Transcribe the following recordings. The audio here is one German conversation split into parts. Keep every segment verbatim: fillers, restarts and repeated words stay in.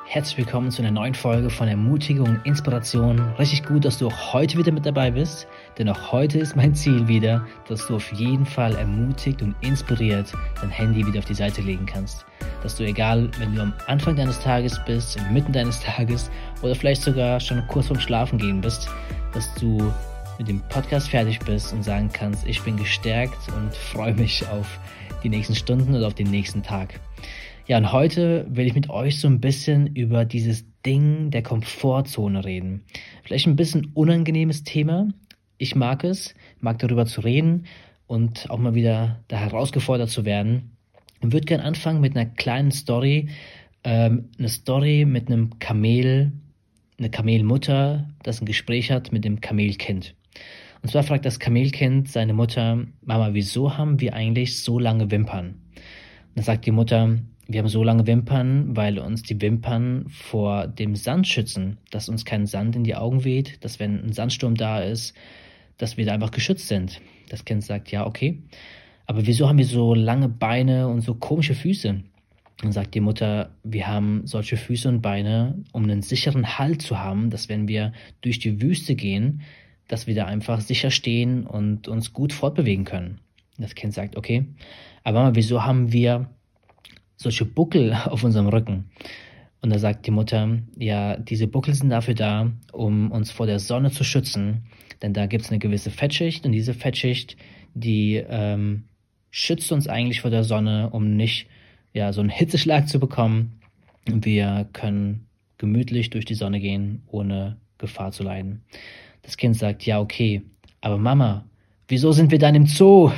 Herzlich willkommen zu einer neuen Folge von Ermutigung und Inspiration. Richtig gut, dass du auch heute wieder mit dabei bist, denn auch heute ist mein Ziel wieder, dass du auf jeden Fall ermutigt und inspiriert dein Handy wieder auf die Seite legen kannst. Dass du, egal, wenn du am Anfang deines Tages bist, inmitten deines Tages oder vielleicht sogar schon kurz vorm Schlafen gehen bist, dass du mit dem Podcast fertig bist und sagen kannst, ich bin gestärkt und freue mich auf die nächsten Stunden oder auf den nächsten Tag. Ja, und heute will ich mit euch so ein bisschen über dieses Ding der Komfortzone reden. Vielleicht ein bisschen unangenehmes Thema. Ich mag es, mag darüber zu reden und auch mal wieder da herausgefordert zu werden. Ich würde gerne anfangen mit einer kleinen Story. Ähm, eine Story mit einem Kamel, eine Kamelmutter, das ein Gespräch hat mit dem Kamelkind. Und zwar fragt das Kamelkind seine Mutter, Mama, wieso haben wir eigentlich so lange Wimpern? Und dann sagt die Mutter, wir haben so lange Wimpern, weil uns die Wimpern vor dem Sand schützen, dass uns kein Sand in die Augen weht, dass wenn ein Sandsturm da ist, dass wir da einfach geschützt sind. Das Kind sagt, ja, okay, aber wieso haben wir so lange Beine und so komische Füße? Und sagt die Mutter, wir haben solche Füße und Beine, um einen sicheren Halt zu haben, dass wenn wir durch die Wüste gehen, dass wir da einfach sicher stehen und uns gut fortbewegen können. Das Kind sagt, okay, aber wieso haben wir solche Buckel auf unserem Rücken? Und da sagt die Mutter, ja, diese Buckel sind dafür da, um uns vor der Sonne zu schützen, denn da gibt es eine gewisse Fettschicht und diese Fettschicht, die ähm, schützt uns eigentlich vor der Sonne, um nicht ja, so einen Hitzeschlag zu bekommen. Wir können gemütlich durch die Sonne gehen, ohne Gefahr zu leiden. Das Kind sagt, ja, okay, aber Mama, wieso sind wir dann im Zoo?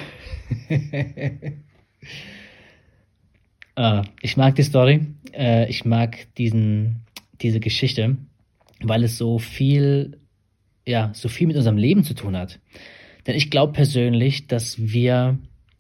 Uh, ich mag die Story, uh, ich mag diesen, diese Geschichte, weil es so viel, ja, so viel mit unserem Leben zu tun hat. Denn ich glaube persönlich, dass wir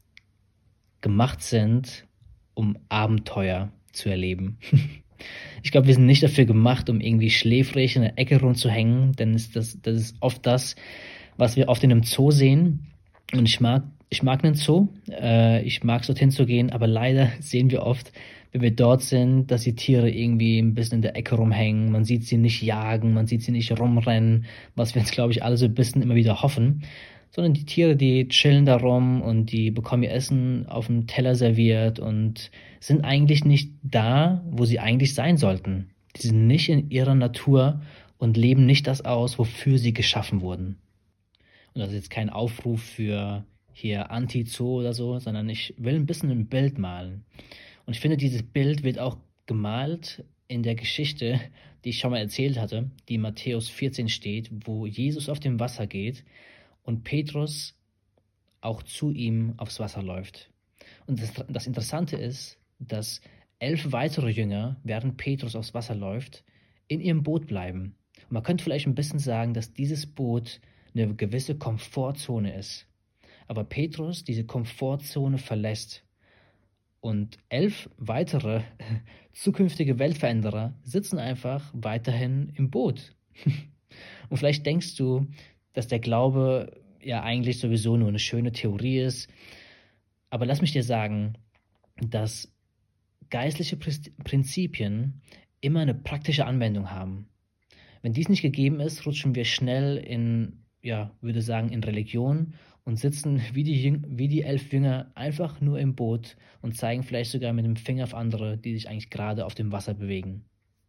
gemacht sind, um Abenteuer zu erleben. Ich glaube, wir sind nicht dafür gemacht, um irgendwie schläfrig in der Ecke rumzuhängen, denn ist das, das ist oft das, was wir oft in einem Zoo sehen. Und ich mag Ich mag einen Zoo, äh, ich mag es dorthin zu gehen, aber leider sehen wir oft, wenn wir dort sind, dass die Tiere irgendwie ein bisschen in der Ecke rumhängen. Man sieht sie nicht jagen, man sieht sie nicht rumrennen, was wir jetzt, glaube ich, alle so ein bisschen immer wieder hoffen. Sondern die Tiere, die chillen da rum und die bekommen ihr Essen auf dem Teller serviert und sind eigentlich nicht da, wo sie eigentlich sein sollten. Die sind nicht in ihrer Natur und leben nicht das aus, wofür sie geschaffen wurden. Und das ist jetzt kein Aufruf für hier Anti-Zoo oder so, sondern ich will ein bisschen ein Bild malen. Und ich finde, dieses Bild wird auch gemalt in der Geschichte, die ich schon mal erzählt hatte, die in Matthäus vierzehn steht, wo Jesus auf dem Wasser geht und Petrus auch zu ihm aufs Wasser läuft. Und das, das Interessante ist, dass elf weitere Jünger, während Petrus aufs Wasser läuft, in ihrem Boot bleiben. Und man könnte vielleicht ein bisschen sagen, dass dieses Boot eine gewisse Komfortzone ist. Aber Petrus diese Komfortzone verlässt und elf weitere zukünftige Weltveränderer sitzen einfach weiterhin im Boot. Und vielleicht denkst du, dass der Glaube ja eigentlich sowieso nur eine schöne Theorie ist. Aber lass mich dir sagen, dass geistliche Prinzipien immer eine praktische Anwendung haben. Wenn dies nicht gegeben ist, rutschen wir schnell in, ja, würde sagen, in Religion und sitzen wie die, Jüng- wie die elf Jünger einfach nur im Boot und zeigen vielleicht sogar mit dem Finger auf andere, die sich eigentlich gerade auf dem Wasser bewegen.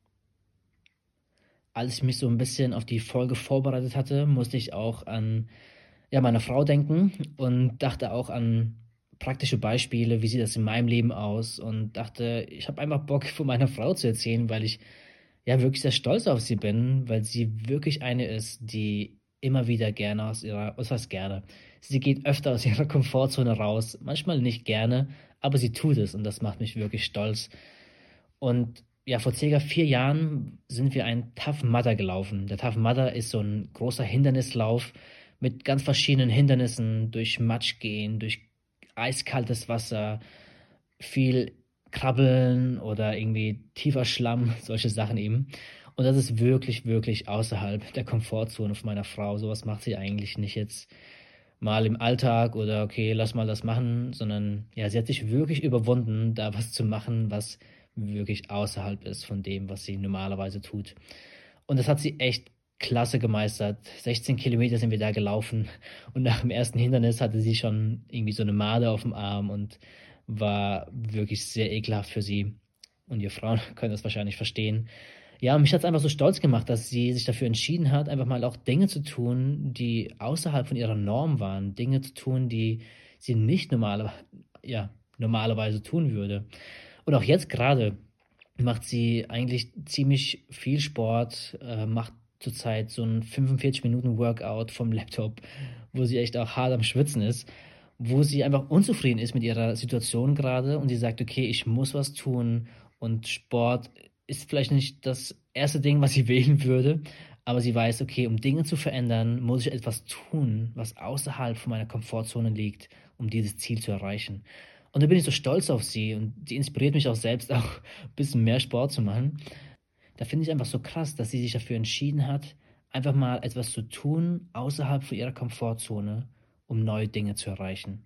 Als ich mich so ein bisschen auf die Folge vorbereitet hatte, musste ich auch an ja, meine Frau denken und dachte auch an praktische Beispiele, wie sieht das in meinem Leben aus, und dachte, ich habe einfach Bock, von meiner Frau zu erzählen, weil ich ja wirklich sehr stolz auf sie bin, weil sie wirklich eine ist, die immer wieder gerne aus ihrer, was heißt gerne, sie geht öfter aus ihrer Komfortzone raus, manchmal nicht gerne, aber sie tut es und das macht mich wirklich stolz. Und ja, vor circa vier Jahren sind wir einen Tough Mudder gelaufen. Der Tough Mudder ist so ein großer Hindernislauf mit ganz verschiedenen Hindernissen, durch Matsch gehen, durch eiskaltes Wasser, viel Krabbeln oder irgendwie tiefer Schlamm, solche Sachen eben. Und das ist wirklich, wirklich außerhalb der Komfortzone von meiner Frau. Sowas macht sie eigentlich nicht jetzt mal im Alltag oder okay, lass mal das machen, sondern ja, sie hat sich wirklich überwunden, da was zu machen, was wirklich außerhalb ist von dem, was sie normalerweise tut. Und das hat sie echt klasse gemeistert. sechzehn Kilometer sind wir da gelaufen und nach dem ersten Hindernis hatte sie schon irgendwie so eine Made auf dem Arm und war wirklich sehr ekelhaft für sie. Und ihr Frauen können das wahrscheinlich verstehen. Ja, mich hat es einfach so stolz gemacht, dass sie sich dafür entschieden hat, einfach mal auch Dinge zu tun, die außerhalb von ihrer Norm waren. Dinge zu tun, die sie nicht normale, ja, normalerweise tun würde. Und auch jetzt gerade macht sie eigentlich ziemlich viel Sport, äh, macht zurzeit so ein fünfundvierzig Minuten Workout vom Laptop, wo sie echt auch hart am Schwitzen ist, wo sie einfach unzufrieden ist mit ihrer Situation gerade und sie sagt, okay, ich muss was tun und Sport ist vielleicht nicht das erste Ding, was sie wählen würde, aber sie weiß, okay, um Dinge zu verändern, muss ich etwas tun, was außerhalb von meiner Komfortzone liegt, um dieses Ziel zu erreichen. Und da bin ich so stolz auf sie und die inspiriert mich auch selbst auch ein bisschen mehr Sport zu machen. Da finde ich einfach so krass, dass sie sich dafür entschieden hat, einfach mal etwas zu tun außerhalb von ihrer Komfortzone, um neue Dinge zu erreichen.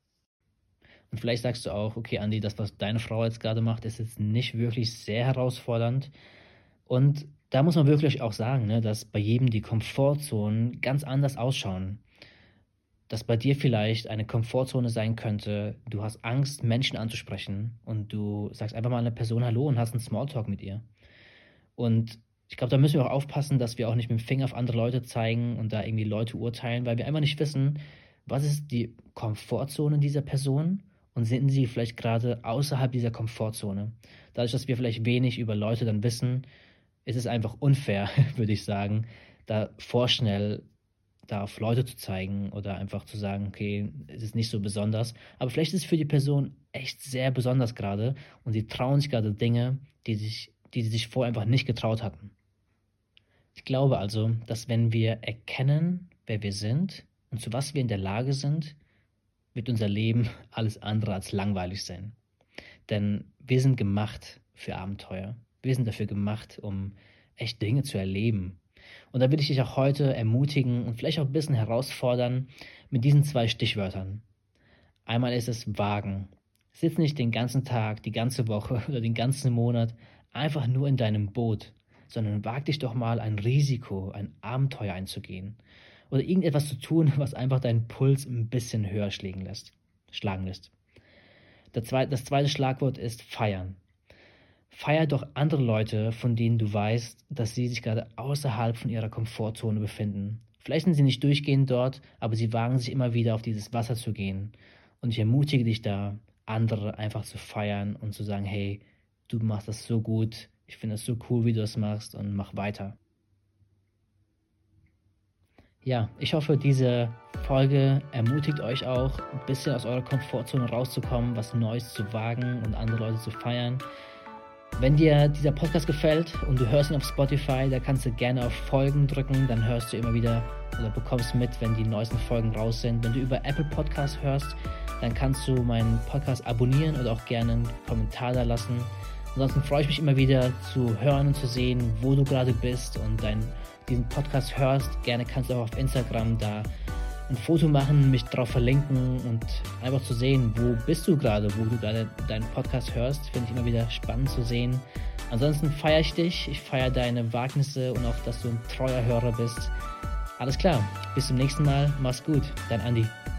Und vielleicht sagst du auch, okay, Andi, das, was deine Frau jetzt gerade macht, ist jetzt nicht wirklich sehr herausfordernd. Und da muss man wirklich auch sagen, ne, dass bei jedem die Komfortzonen ganz anders ausschauen. Dass bei dir vielleicht eine Komfortzone sein könnte, du hast Angst, Menschen anzusprechen und du sagst einfach mal einer Person Hallo und hast einen Smalltalk mit ihr. Und ich glaube, da müssen wir auch aufpassen, dass wir auch nicht mit dem Finger auf andere Leute zeigen und da irgendwie Leute urteilen, weil wir einfach nicht wissen, was ist die Komfortzone dieser Person und sind sie vielleicht gerade außerhalb dieser Komfortzone. Dadurch, dass wir vielleicht wenig über Leute dann wissen, ist es einfach unfair, würde ich sagen, da vorschnell da auf Leute zu zeigen oder einfach zu sagen, okay, es ist nicht so besonders. Aber vielleicht ist es für die Person echt sehr besonders gerade und sie trauen sich gerade Dinge, die sich, die sie sich vorher einfach nicht getraut hatten. Ich glaube also, dass wenn wir erkennen, wer wir sind und zu was wir in der Lage sind, wird unser Leben alles andere als langweilig sein. Denn wir sind gemacht für Abenteuer. Wir sind dafür gemacht, um echt Dinge zu erleben. Und da will ich dich auch heute ermutigen und vielleicht auch ein bisschen herausfordern mit diesen zwei Stichwörtern. Einmal ist es wagen. Sitz nicht den ganzen Tag, die ganze Woche oder den ganzen Monat einfach nur in deinem Boot, sondern wag dich doch mal ein Risiko, ein Abenteuer einzugehen. Oder irgendetwas zu tun, was einfach deinen Puls ein bisschen höher schlagen lässt. Schlagen lässt. Das zweite, das zweite Schlagwort ist feiern. Feier doch andere Leute, von denen du weißt, dass sie sich gerade außerhalb von ihrer Komfortzone befinden. Vielleicht sind sie nicht durchgehend dort, aber sie wagen sich immer wieder auf dieses Wasser zu gehen. Und ich ermutige dich da, andere einfach zu feiern und zu sagen, hey, du machst das so gut, ich finde es so cool, wie du das machst und mach weiter. Ja, ich hoffe, diese Folge ermutigt euch auch, ein bisschen aus eurer Komfortzone rauszukommen, was Neues zu wagen und andere Leute zu feiern. Wenn dir dieser Podcast gefällt und du hörst ihn auf Spotify, da kannst du gerne auf Folgen drücken, dann hörst du immer wieder oder bekommst mit, wenn die neuesten Folgen raus sind. Wenn du über Apple Podcasts hörst, dann kannst du meinen Podcast abonnieren oder auch gerne einen Kommentar da lassen. Ansonsten freue ich mich immer wieder zu hören und zu sehen, wo du gerade bist und dein, diesen Podcast hörst. Gerne kannst du auch auf Instagram da ein Foto machen, mich drauf verlinken und einfach zu sehen, wo bist du gerade, wo du gerade deinen Podcast hörst, finde ich immer wieder spannend zu sehen. Ansonsten feiere ich dich, ich feiere deine Wagnisse und auch, dass du ein treuer Hörer bist. Alles klar, bis zum nächsten Mal, mach's gut, dein Andi.